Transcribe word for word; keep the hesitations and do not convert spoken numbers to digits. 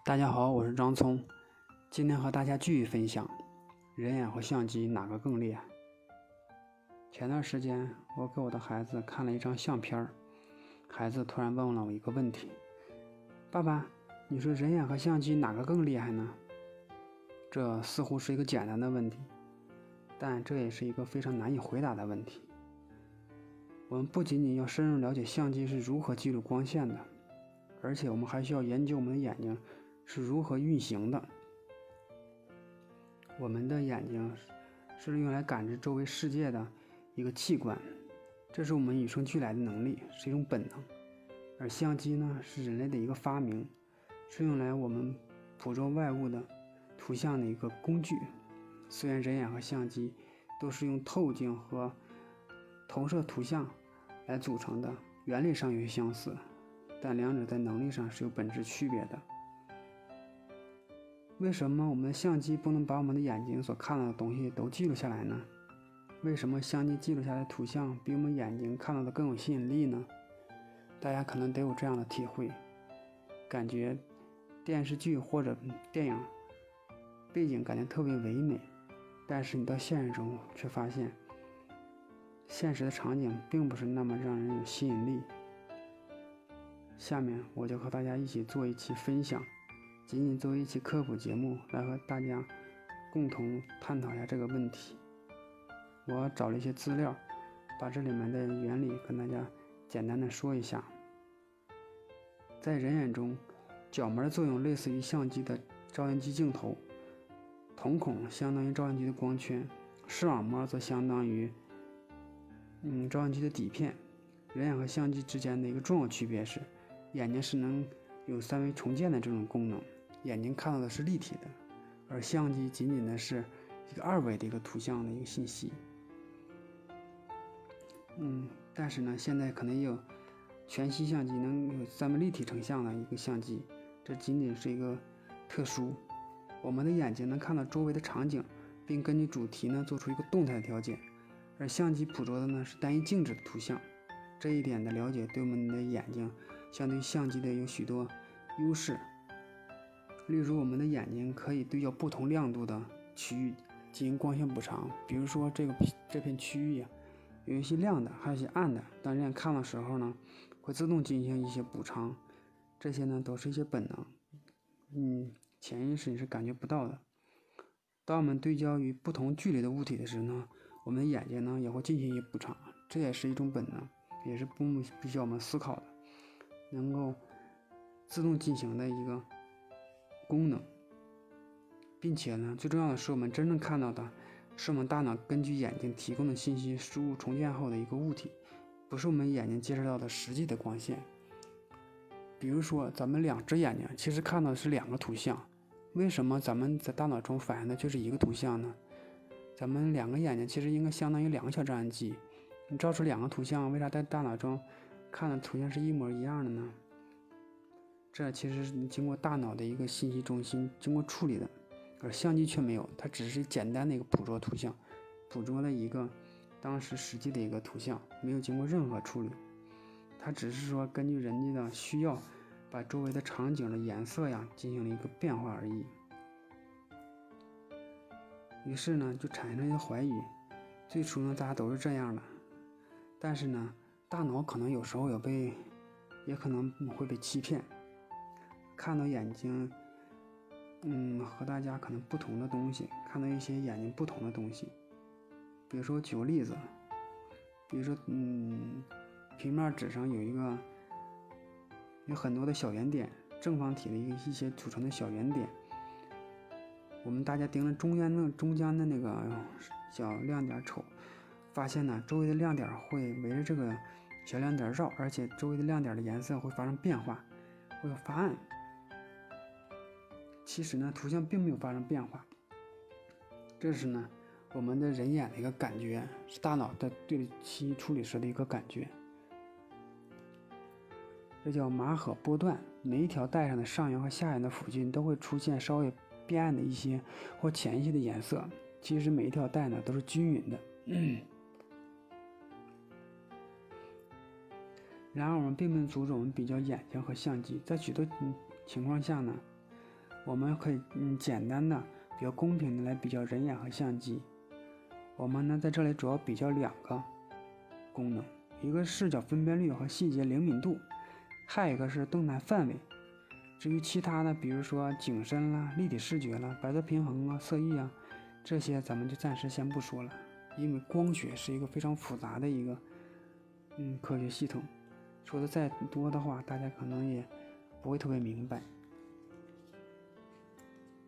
大家好，我是张聪，今天和大家继续分享人眼和相机哪个更厉害。前段时间我给我的孩子看了一张相片，孩子突然问了我一个问题：爸爸，你说人眼和相机哪个更厉害呢？这似乎是一个简单的问题，但这也是一个非常难以回答的问题。我们不仅仅要深入了解相机是如何记录光线的，而且我们还需要研究我们的眼睛是如何运行的。我们的眼睛是用来感知周围世界的一个器官，这是我们与生俱来的能力，是一种本能。而相机呢，是人类的一个发明，是用来我们捕捉外物的图像的一个工具。虽然人眼和相机都是用透镜和投射图像来组成的，原理上有些相似，但两者在能力上是有本质区别的。为什么我们的相机不能把我们的眼睛所看到的东西都记录下来呢？为什么相机记录下来的图像比我们眼睛看到的更有吸引力呢？大家可能都有这样的体会，感觉电视剧或者电影背景感觉特别唯美，但是你到现实中却发现现实的场景并不是那么让人有吸引力。下面我就和大家一起做一期分享，仅仅作为一期科普节目来和大家共同探讨一下这个问题。我找了一些资料，把这里面的原理跟大家简单的说一下。在人眼中，角膜的作用类似于相机的照相机镜头，瞳孔相当于照相机的光圈，视网膜则相当于嗯照相机的底片。人眼和相机之间的一个重要区别是，眼睛是能有三维重建的这种功能，眼睛看到的是立体的，而相机仅仅的是一个二维的一个图像的一个信息。嗯，但是呢，现在可能也有全息相机能有三维立体成像的一个相机，这仅仅是一个特殊。我们的眼睛能看到周围的场景，并根据主题呢做出一个动态的调节，而相机捕捉的呢是单一静止的图像。这一点的了解对我们的眼睛相对于相机的有许多优势。例如，我们的眼睛可以对焦不同亮度的区域进行光线补偿，比如说这个这片区域啊，有一些亮的，还有一些暗的，当人眼看的时候呢，会自动进行一些补偿，这些呢都是一些本能，嗯，潜意识你是感觉不到的。当我们对焦于不同距离的物体的时候呢，我们的眼睛呢也会进行一些补偿，这也是一种本能，也是不必须要我们思考的，能够自动进行的一个功能。并且呢，最重要的是我们真正看到的是我们大脑根据眼睛提供的信息输入重建后的一个物体，不是我们眼睛接触到的实际的光线。比如说咱们两只眼睛其实看到的是两个图像，为什么咱们在大脑中反映的就是一个图像呢？咱们两个眼睛其实应该相当于两个小照相机，你照出两个图像，为啥在大脑中看的图像是一模一样的呢？这其实是经过大脑的一个信息中心经过处理的，而相机却没有，它只是简单的一个捕捉图像，捕捉了一个当时实际的一个图像，没有经过任何处理。它只是说根据人家的需要，把周围的场景的颜色呀进行了一个变化而已。于是呢，就产生了一个怀疑，最初呢大家都是这样的，但是呢，大脑可能有时候有被，也可能会被欺骗，看到眼睛嗯，和大家可能不同的东西，看到一些眼睛不同的东西。比如说举个例子，比如说嗯，平面纸上有一个有很多的小圆点，正方体的一个一些组成的小圆点，我们大家盯着中间的中间的那个小亮点瞅，发现呢周围的亮点会围着这个小亮点绕，而且周围的亮点的颜色会发生变化，会发暗。其实呢，图像并没有发生变化，这是呢我们的人眼的一个感觉，是大脑的对信息处理时的一个感觉，这叫马可波段。每一条带上的上缘和下缘的附近都会出现稍微变暗的一些或浅一些的颜色，其实每一条带呢都是均匀的。嗯、然而我们并不能阻止我们比较眼睛和相机，在许多情况下呢， 我们可以嗯简单的、比较公平的来比较人眼和相机。我们呢在这里主要比较两个功能，一个视角分辨率和细节灵敏度，还有一个是动态范围。至于其他的，比如说景深啦、立体视觉啦、白色平衡啊、色域啊，这些咱们就暂时先不说了，因为光学是一个非常复杂的一个嗯科学系统，说的再多的话，大家可能也不会特别明白。